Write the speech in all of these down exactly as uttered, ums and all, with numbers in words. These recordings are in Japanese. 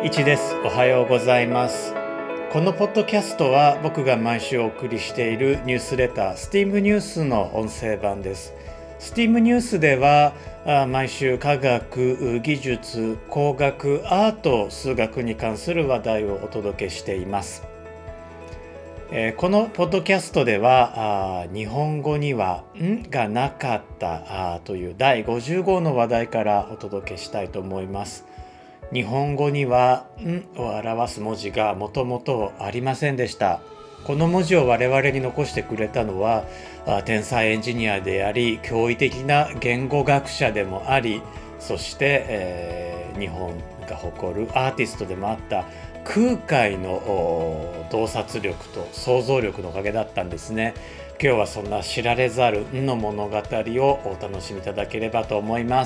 いちです。おはようございます。このポッドキャストは僕が毎週お送りしているニュースレター スティーム ニュースの音声版です。 スティーム ニュースでは毎週科学、技術、工学、アート、数学に関する話題をお届けしています。このポッドキャストでは日本語にはんがなかったというだいごじゅう号の話題からお届けしたいと思います。日本語にはんを表す文字がもともとありませんでした。この文字を我々に残してくれたのは天才エンジニアであり、驚異的な言語学者でもあり、そして、えー、日本が誇るアーティストでもあった空海の洞察力と想像力のおかげだったんですね。今日はそんな知られざるんの物語をお楽しみいただければと思います。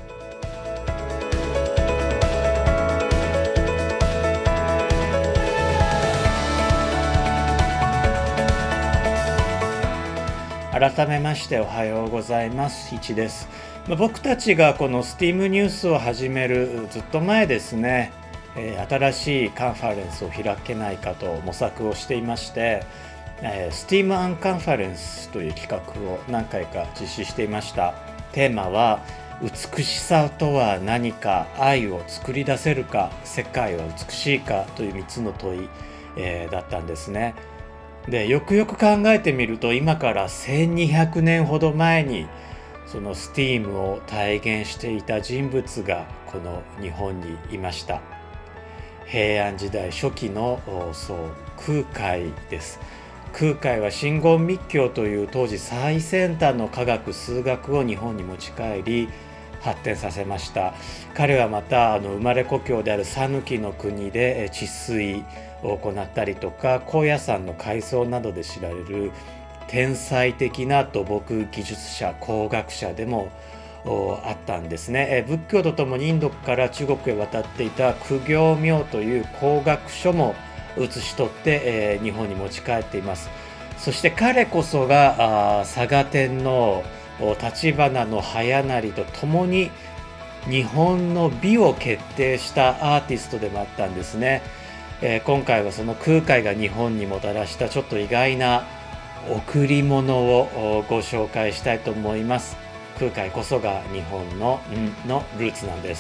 改めましておはようございます。いちです。僕たちがこの スティーム ニュースを始めるずっと前ですね、新しいカンファレンスを開けないかと模索をしていまして、スティーム アンカンファレンスという企画を何回か実施していました。テーマは美しさとは何か、愛を作り出せるか、世界は美しいかというみっつの問い、えー、だったんですね。でよくよく考えてみると、今からせんにひゃくねんほど前にそのスティームを体現していた人物がこの日本にいました。平安時代初期のそう空海です。空海は真言密教という当時最先端の科学数学を日本に持ち帰り発展させました。彼はまたあの生まれ故郷である讃岐の国で治水を行ったりとか、高野山の改装などで知られる天才的な土木技術者、工学者でもあったんですね。仏教とともにインドから中国へ渡っていた苦行明という工学書も写し取って、えー、日本に持ち帰っています。そして彼こそが嵯峨天皇橘の早成とともに日本の美を決定したアーティストでもあったんですね。えー、今回はその空海が日本にもたらしたちょっと意外な贈り物をご紹介したいと思います。空海こそが日本のんのルーツなんです。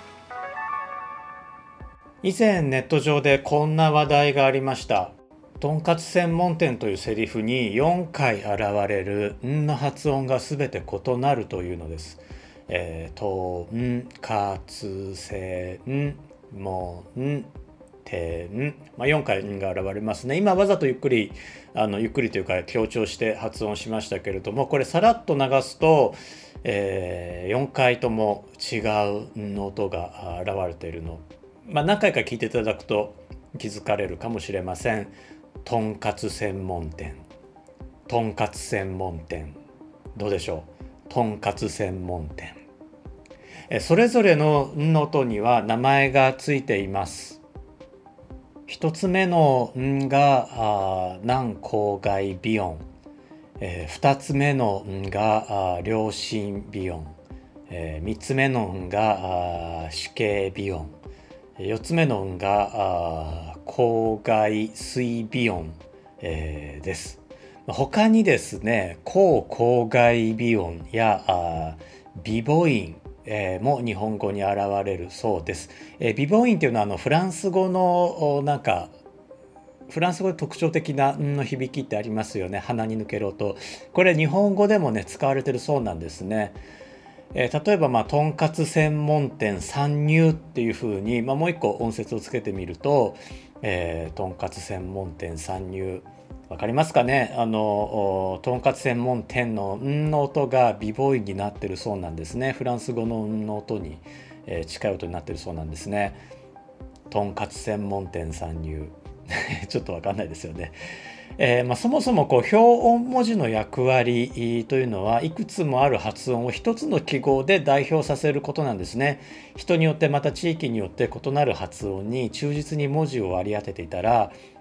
以前ネット上でこんな話題がありました。とんかつ専門店というセリフによんかい現れるんの発音がすべて異なるというのです。えー、とんかつ専門店、まあ、よんかいが現れますね。今わざとゆっくりあのゆっくりというか強調して発音しましたけれども、これさらっと流すと、えー、よんかいとも違うの音が現れているの、まあ、何回か聞いていただくと気づかれるかもしれません。とんかつ専門店、とんかつ専門店、どうでしょう。とんかつ専門店、えそれぞれのんの音には名前がついています。一つ目のんが南郊外ビヨン、えー、二つ目のんが良心ビヨン、えー、三つ目のんが死刑ビヨン、四つ目のんが郊外水ビヨン、えー、です。他にですね、抗郊外ビヨンやビボインえー、も日本語に現れるそうです。えー、ビボインというのはあのフランス語のなんかフランス語で特徴的な「ん」の響きってありますよね。鼻に抜ける音。これ日本語でもね使われてるそうなんですね。えー、例えばまあとんかつ専門店参入っていうふうに、まあ、もう一個音節をつけてみると、えー、とんかつ専門店参入、わかりますかね。あのとんかつ専門店のんの音がビボインになってるそうなんですね。フランス語のんの音に、えー、近い音になってるそうなんですね。とんかつ専門店参入ちょっとわかんないですよね。えーまあ、そもそもこう表音文字の役割というのはいくつもある発音を一つの記号で代表させることなんですね。人によってまた地域によって異なる発音に忠実に文字を割り当てていたら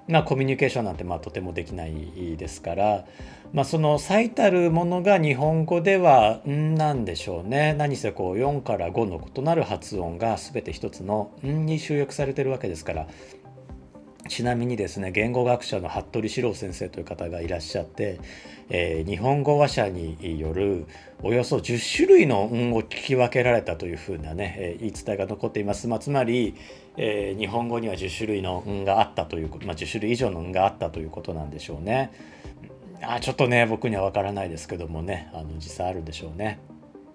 まあ、コミュニケーションなんてまあとてもできないですから、まあ、その最たるものが日本語では「ん」なんでしょうね。何せこうよんからごの異なる発音が全て一つの「ん」に集約されてるわけですから。ちなみにですね、言語学者の服部史郎先生という方がいらっしゃって、えー日本語話者によるおよそじゅっ種類の「ん」を聞き分けられたというふうなね、えー言い伝えが残っています。まあ、つまり、えー日本語にはじゅっ種類の「ん」があったという、まあ、じゅっ種類以上の「ん」があったということなんでしょうね。あ、ちょっとね僕には分からないですけどもね、あの実際あるんでしょうね。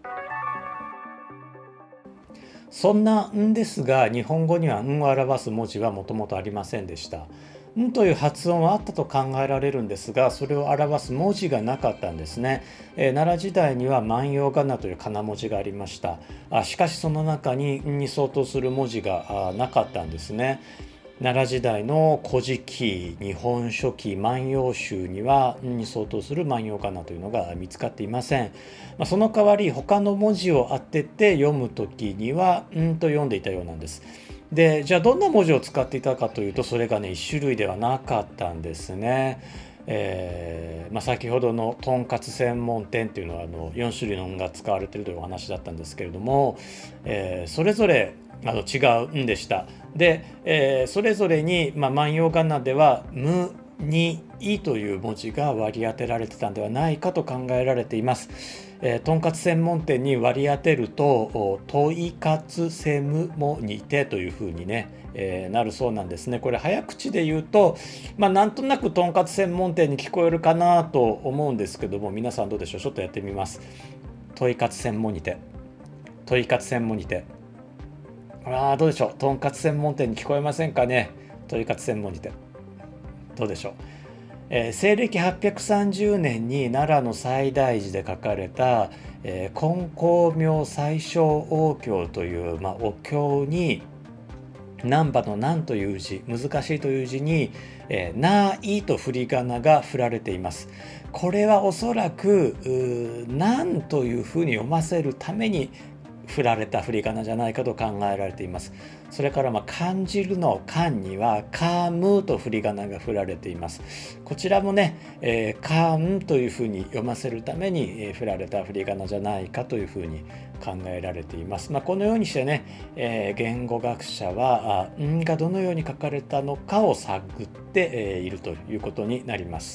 そんな「ん」ですが、日本語には「ん」を表す文字はもともとありませんでした。「ん」という発音はあったと考えられるんですが、それを表す文字がなかったんですね。えー奈良時代には万葉仮名という仮名文字がありました。あしかしその中に「ん」に相当する文字があなかったんですね。奈良時代の古事記、日本書紀、万葉集には「ん」に相当する万葉仮名というのが見つかっていません。まあ、その代わり他の文字を当てて読むときには「ん」と読んでいたようなんです。で、じゃあどんな文字を使っていたかというと、それがね一種類ではなかったんですね。えーまあ、先ほどのとんかつ専門店っていうのはあのよん種類の「ん」が使われているというお話だったんですけれども、えーそれぞれあの違う「ん」でした。で、えーそれぞれに、まあ、万葉仮名では「む」に「い」という文字が割り当てられてたんではないかと考えられています。えーとんかつ専門店に割り当てると「といかつせむもにて」というふうにね、えーなるそうなんですね。これ早口で言うと、まあ、なんとなくとんかつ専門店に聞こえるかなと思うんですけども、皆さんどうでしょう。ちょっとやってみます。といかつ専門にて、といかつ専門にて。あーどうでしょう。とんかつ専門店に聞こえませんかね。といかつ専門にてどうでしょう。えー西暦はっぴゃくさんじゅうねんに奈良の西大寺で書かれた「えー金光明最小王経」という、まあ、お経に難波の難という字、難しいという字に、えー、ないと振り仮名が振られています。これはおそらく難というふうに読ませるために振られた振り仮名じゃないかと考えられています。それからまあ感じるの感にはカムと振り仮名が振られています。こちらもね、えー、カンというふうに読ませるために、えー振られた振り仮名じゃないかというふうに考えられています。まあ、このようにしてね、えー言語学者は「ん」がどのように書かれたのかを探って、えーいるということになります。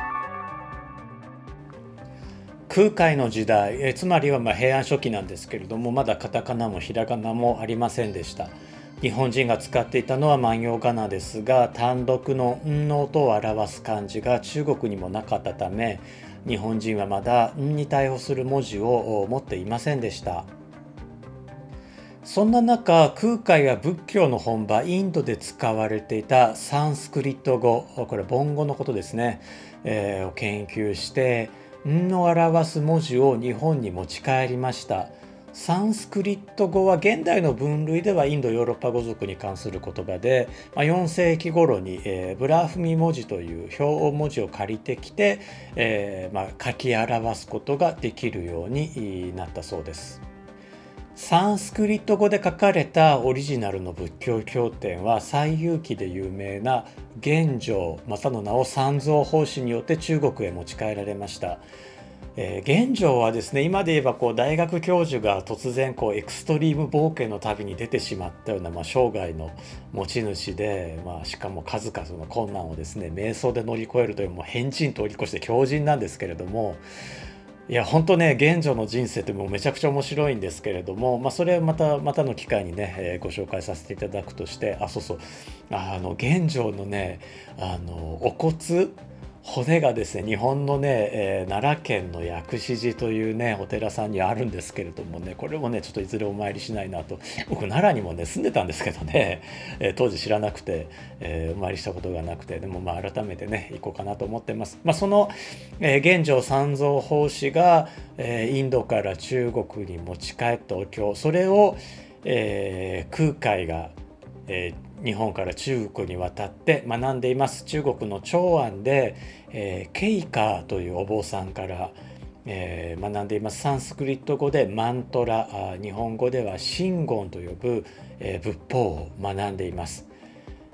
空海の時代、えつまりはまあ平安初期なんですけれども、まだカタカナもひらがなもありませんでした。日本人が使っていたのは万葉仮名ですが、単独の「ん」の音を表す漢字が中国にもなかったため、日本人はまだ「ん」に対応する文字を持っていませんでした。そんな中、空海は仏教の本場インドで使われていたサンスクリット語、これ梵語のことですね、えーを研究して「ん」を表す文字を日本に持ち帰りました。サンスクリット語は現代の分類ではインドヨーロッパ語族に関する言葉で、まあ、よん世紀頃に、えーブラフミ文字という表音文字を借りてきて、えーまあ、書き表すことができるようになったそうです。サンスクリット語で書かれたオリジナルの仏教経典は西遊記で有名な玄奘またの名を三蔵法師によって中国へ持ち帰られました。えー、玄奘はですね、今で言えばこう大学教授が突然こうエクストリーム冒険の旅に出てしまったような、まあ、生涯の持ち主で、まあ、しかも数々の困難をですね瞑想で乗り越えるというもう変人通り越して強人なんですけれども、いや本当ね玄奘の人生ってもうめちゃくちゃ面白いんですけれども、まあ、それはまたまたの機会にね、えーご紹介させていただくとして、あそうそうあの玄奘のねあのお骨骨がですね日本のね、えー奈良県の薬師寺というねお寺さんにあるんですけれどもね、これもねちょっといずれお参りしないなと。僕奈良にもね住んでたんですけどね、えー当時知らなくて、えーお参りしたことがなくて、でもまあ改めてね行こうかなと思ってます。まあ、その、えー玄奘三蔵法師が、えーインドから中国に持ち帰ったお経、それを、えー空海が、えー日本から中国に渡って学んでいます。中国の長安で、えー、ケイカーというお坊さんから、えー学んでいます。サンスクリット語でマントラ、あ日本語では真言と呼ぶ、えー仏法を学んでいます。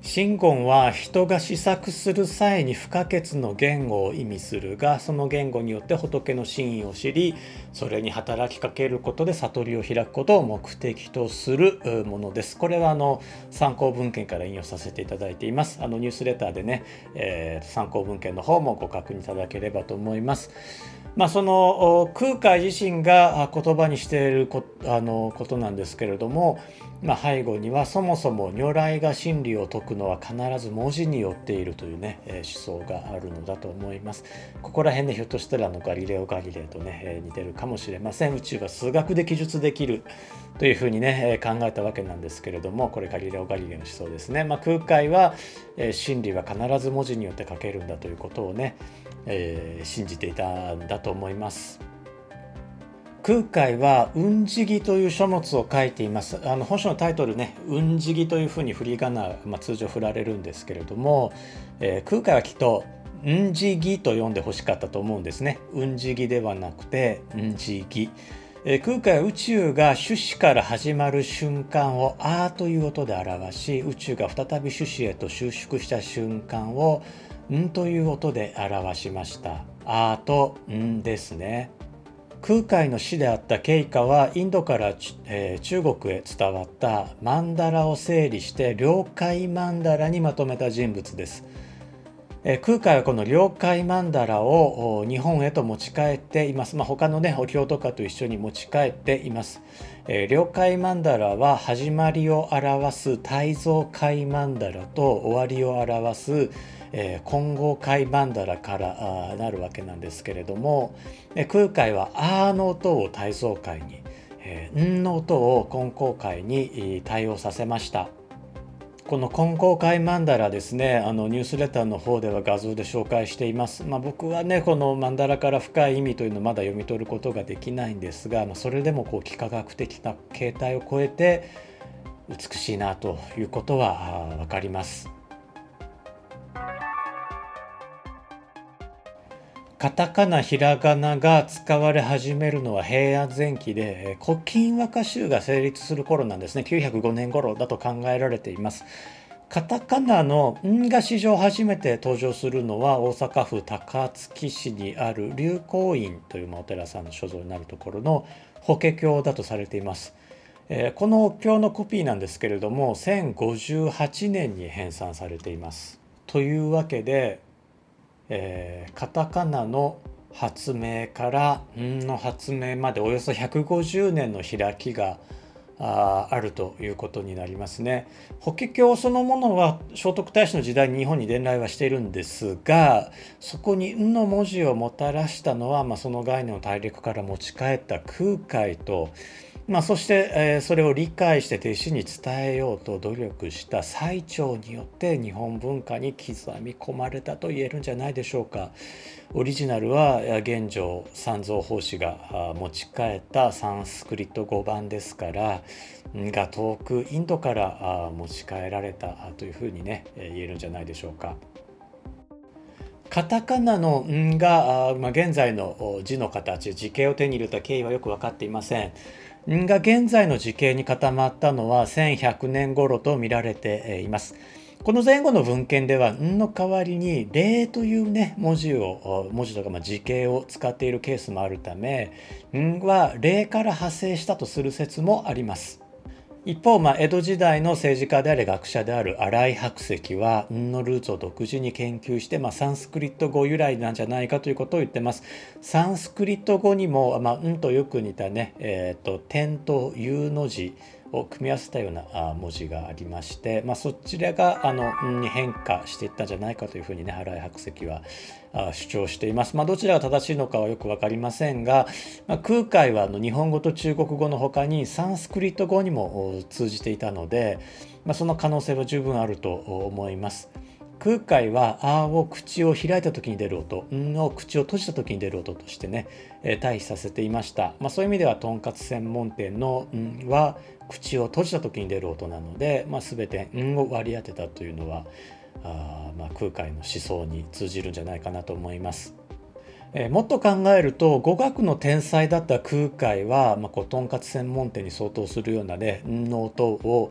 真言は人が思索する際に不可欠の言語を意味するが、その言語によって仏の真意を知り、それに働きかけることで悟りを開くことを目的とするものです。これはあの参考文献から引用させていただいています。あのニュースレターでね、えー、参考文献の方もご確認いただければと思います。まあ、その空海自身が言葉にしているこ と, あのことなんですけれども、まあ、背後にはそもそも如来が真理を説くのは必ず文字によっているというね、えー、思想があるのだと思います。ここら辺でひょっとしたらあのガリレオ・ガリレイとね、えー、似てるかもしれません。宇宙が数学で記述できるというふうにね、えー、考えたわけなんですけれども、これガリレオ・ガリレイの思想ですね。まあ、空海は、えー、真理は必ず文字によって書けるんだということをね、えー、信じていたんだと思います。空海は雲次義という書物を書いています。あの本書のタイトルね、雲次義というふうに振り仮名、まあ、通常振られるんですけれども、えー、空海はきっと雲次義と読んでほしかったと思うんですね。雲次義ではなくて雲次義。えー、空海は宇宙が種子から始まる瞬間をあーという音で表し、宇宙が再び種子へと収縮した瞬間をんという音で表しました。あーとんですね。空海の師であった慶華はインドから、えー、中国へ伝わった曼荼羅を整理して了解曼荼羅にまとめた人物です。えー、空海はこの了解曼荼羅を日本へと持ち帰っています。まあ、他のねお経とかと一緒に持ち帰っています。えー、了解曼荼羅は始まりを表す大蔵解曼荼羅と終わりを表すえー、金剛解曼荼羅からなるわけなんですけれども、え空海はあーの音を大蔵解に、えー、んの音を金剛解に対応させました。この金剛解曼荼羅ですね、あのニュースレターの方では画像で紹介しています。まあ、僕はねこの曼荼羅から深い意味というのをまだ読み取ることができないんですが、まあ、それでもこう幾何学的な形態を超えて美しいなということは分かります。カタカナ、ひらがなが使われ始めるのは平安前期で、古今和歌集が成立する頃なんですね。きゅうひゃくごねん頃だと考えられています。カタカナのんが史上初めて登場するのは大阪府高槻市にある龍光院というお寺さんの所蔵になるところの法華経だとされています。えー、このお経のコピーなんですけれどもせんごじゅうはちねんに編纂されています。というわけでえー、カタカナの発明からんの発明までおよそひゃくごじゅうねんの開きが あ, あるということになりますね。法華経そのものは聖徳太子の時代に日本に伝来はしているんですが、そこにんの文字をもたらしたのは、まあ、その概念を大陸から持ち帰った空海と、まあ、そして、えー、それを理解して弟子に伝えようと努力した最澄によって日本文化に刻み込まれたと言えるんじゃないでしょうか。オリジナルは玄奘三蔵法師が持ち帰ったサンスクリット語版ですからが遠くインドから持ち帰られたというふうにね言えるんじゃないでしょうか。カタカナのんが、まあ、現在の字の形字形を手に入れた経緯はよく分かっていません。んが現在の字形に固まったのはせんひゃくねん頃と見られています。この前後の文献ではんの代わりに霊というね文字を文字とかまあ字形を使っているケースもあるため、んは霊から派生したとする説もあります。一方、まあ、江戸時代の政治家であり学者である新井白石はんのルーツを独自に研究して、まあ、サンスクリット語由来なんじゃないかということを言ってます。サンスクリット語にも、まあ、んとよく似たね、えー、と点と U の字を組み合わせたような文字がありまして、まあ、そちらがあのんに変化していったんじゃないかというふうにね新井白石は主張しています。まあ、どちらが正しいのかはよく分かりませんが、まあ、空海はあの日本語と中国語の他にサンスクリット語にも通じていたので、まあ、その可能性は十分あると思います。空海はあを口を開いた時に出る音、んを口を閉じた時に出る音としてね、えー、対比させていました。まあ、そういう意味ではとんかつ専門店のんは口を閉じた時に出る音なので、まあ、全てんを割り当てたというのはあまあ空海の思想に通じるんじゃないかなと思います。えー、もっと考えると語学の天才だった空海は、まあ、こうとんかつ専門店に相当するようなねんの音を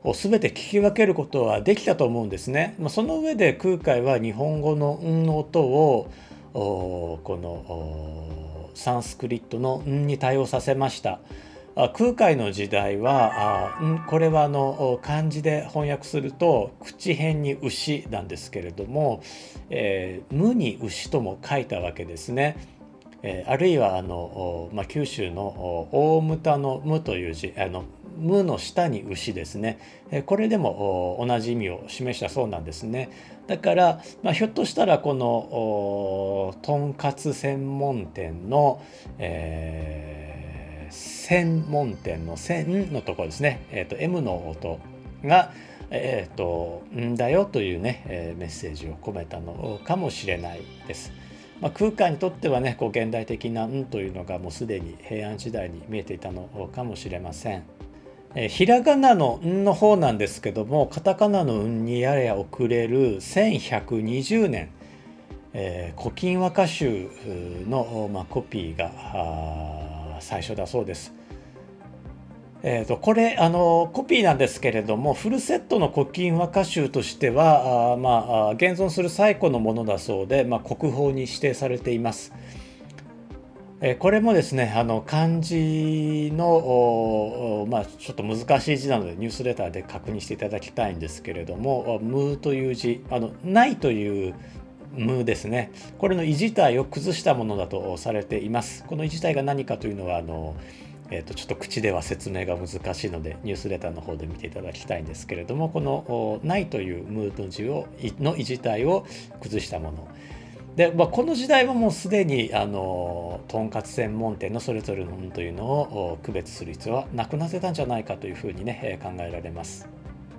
全て聞き分けることはできたと思うんですね。まあ、その上で空海は日本語のんの音をこのサンスクリットのんに対応させました。空海の時代はあこれはあの漢字で翻訳すると口辺に牛なんですけれども、えー、無に牛とも書いたわけですね。えー、あるいはあの、まあ、九州の大牟田の無という字、あの無の下に牛ですね、えー、これでも同じ意味を示したそうなんですね。だから、まあ、ひょっとしたらこのとんかつ専門店の、えー専門店の専のところですね、えー、と M の音が、えー、とんだよというね、えー、メッセージを込めたのかもしれないです。まあ、空海にとってはねこう現代的な「ん」というのがもうすでに平安時代に見えていたのかもしれません。えー、ひらがなの「ん」の方なんですけどもカタカナの「ん」にやや遅れるせんひゃくにじゅうねん、えー、古今和歌集の、まあ、コピーが最初だそうです。えー、とこれあのコピーなんですけれどもフルセットの古今和歌集としてはあ、まあ、現存する最古のものだそうで、まあ、国宝に指定されています。えー、これもですねあの漢字の、まあ、ちょっと難しい字なのでニュースレターで確認していただきたいんですけれども「無」という字あのないという無ですね、これの意自体を崩したものだとされています。この意自体が何かというのはあの、えー、とちょっと口では説明が難しいのでニュースレターの方で見ていただきたいんですけれども、このないという無の字をの意自体を崩したもので、まあ、この時代はもうすでにあのとんかつ専門店のそれぞれのというのを区別する必要はなくなってたんじゃないかというふうにね考えられます。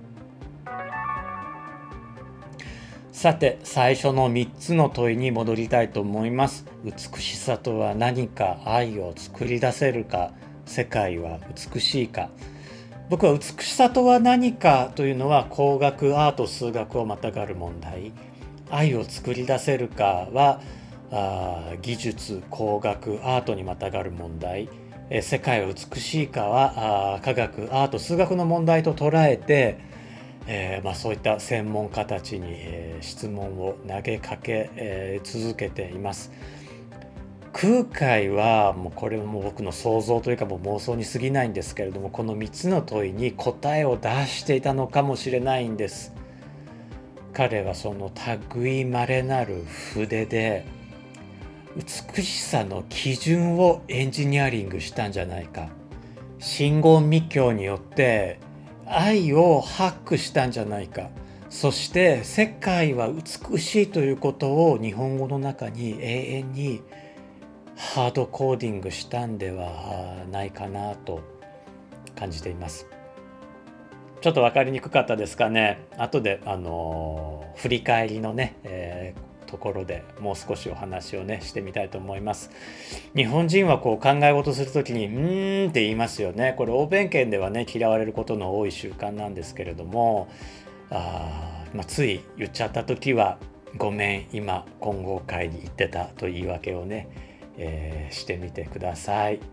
さて最初のみっつの問いに戻りたいと思います。美しさとは何か、愛を作り出せるか、世界は美しいか。僕は美しさとは何かというのは工学、アート、数学をまたがる問題。愛を作り出せるかはあ技術、工学、アートにまたがる問題。え世界は美しいかはあ科学、アート、数学の問題と捉えてえーまあ、そういった専門家たちに、えー、質問を投げかけ、えー、続けています。空海はもうこれはもう僕の想像というかもう妄想に過ぎないんですけれども、このみっつの問いに答えを出していたのかもしれないんです。彼はその類まれなる筆で美しさの基準をエンジニアリングしたんじゃないか。真言密教によって愛をハックしたんじゃないか。そして世界は美しいということを日本語の中に永遠にハードコーディングしたんではないかなと感じています。ちょっと分かりにくかったですかね。後であの振り返りのね、えーところでもう少しお話をねしてみたいと思います。日本人はこう考え事するときにうーんって言いますよね。これ欧米圏ではね嫌われることの多い習慣なんですけれども、あ、まあ、つい言っちゃった時はごめん今金剛会に行ってたと言い訳をね、えー、してみてください。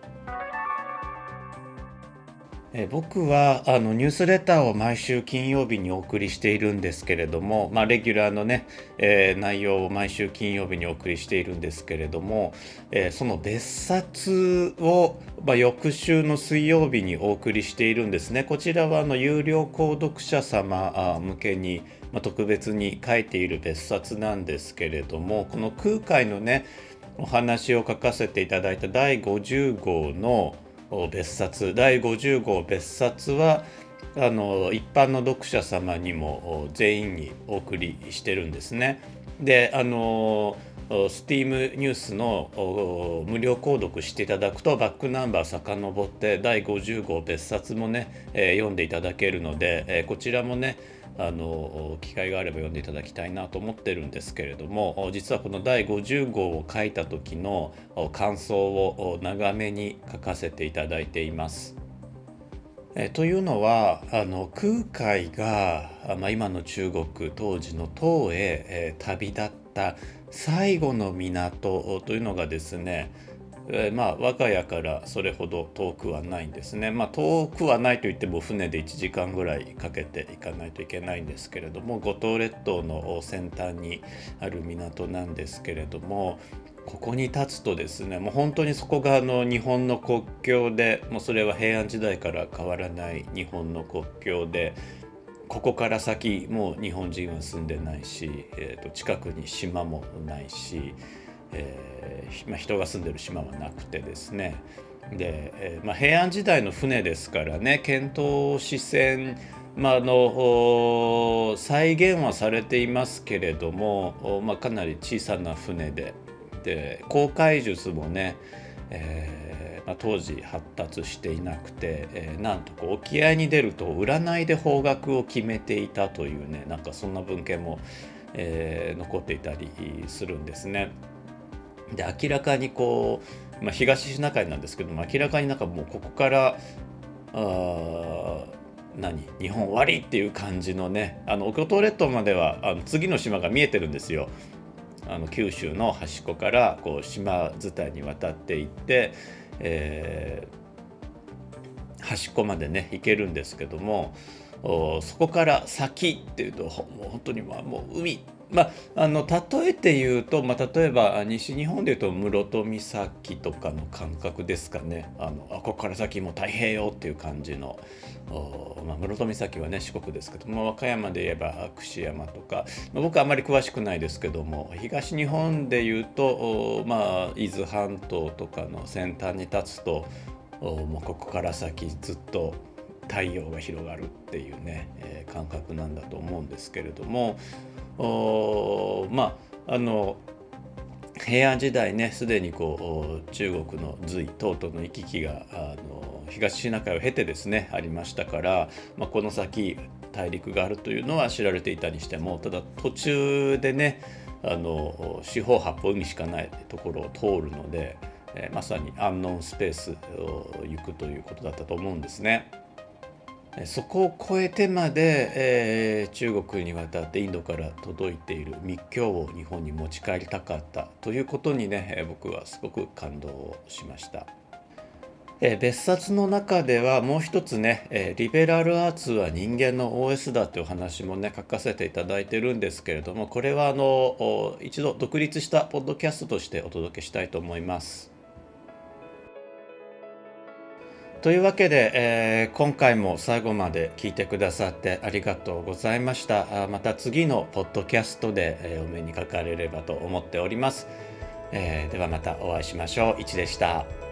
え僕はあのニュースレターを毎週金曜日にお送りしているんですけれども、まあ、レギュラーのね、えー、内容を毎週金曜日にお送りしているんですけれども、えー、その別冊を、まあ、翌週の水曜日にお送りしているんですね。こちらはあの有料購読者様向けに、まあ、特別に書いている別冊なんですけれども、この空海のねお話を書かせていただいただいごじゅう号の別冊だいごじゅう号別冊はあの一般の読者様にも全員にお送りしてるんですね。であのスティームニュースの無料購読していただくとバックナンバー遡ってだいごじゅう号別冊もね、えー、読んでいただけるので、えー、こちらもねあの機会があれば読んでいただきたいなと思ってるんですけれども、実はこのだいごじゅう号を書いた時の感想を長めに書かせていただいています。えというのはあの空海が、まあ、今の中国当時の唐へ、えー、旅立った最後の港というのがですね、 えーまあ我が家からそれほど遠くはないんですね。まあ遠くはないといっても船でいちじかんぐらいかけて行かないといけないんですけれども、五島列島の先端にある港なんですけれども、ここに立つとですね、もう本当にそこがあの日本の国境で、もうそれは平安時代から変わらない日本の国境で、ここから先もう日本人は住んでないし、えーと近くに島もないし、えーまあ、人が住んでる島はなくてですね、で、えーまあ、平安時代の船ですからね、遣唐使船、まあ、あの再現はされていますけれども、まあ、かなり小さな船で、で航海術もね、えーまあ、当時発達していなくて、えーなんとこう沖合に出ると占いで方角を決めていたというね、なんかそんな文献も、えー残っていたりするんですね。で明らかにこう、まあ、東シナ海なんですけども、明らかになんかもうここからあ何日本終わりっていう感じのね、あの五島列島まではあの次の島が見えてるんですよ。あの九州の端っこからこう島伝いに渡っていって、えー端っこまでね行けるんですけども、おそこから先っていうとほもう本当にまあもう海、まあ、あの例えて言うと、まあ、例えば西日本でいうと室戸岬とかの感覚ですかね。あのあここから先もう太平洋っていう感じの、おまあ、室戸岬はね四国ですけども、和歌山で言えば串山とか、まあ、僕はあまり詳しくないですけども、東日本でいうと、おまあ、伊豆半島とかの先端に立つと、おもうここから先ずっと太陽が広がるっていうね、えー感覚なんだと思うんですけれども、おまああの平安時代ね、すでにこう中国の隋唐との行き来があの東シナ海を経てですねありましたから、まあ、この先大陸があるというのは知られていたにしても、ただ途中でね、あの四方八方海しかないところを通るので、えーまさにアンノーンスペースを行くということだったと思うんですね。そこを越えてまで、えー中国に渡ってインドから届いている密教を日本に持ち帰りたかったということにね、えー僕はすごく感動しました。えー別冊の中ではもう一つね、えーリベラルアーツは人間の オーエス だというお話もね書かせていただいてるんですけれども、これはあのお一度独立したポッドキャストとしてお届けしたいと思います。というわけで、えー今回も最後まで聞いてくださってありがとうございました。あまた次のポッドキャストで、えーお目にかかれればと思っております。えーではまたお会いしましょう。いちでした。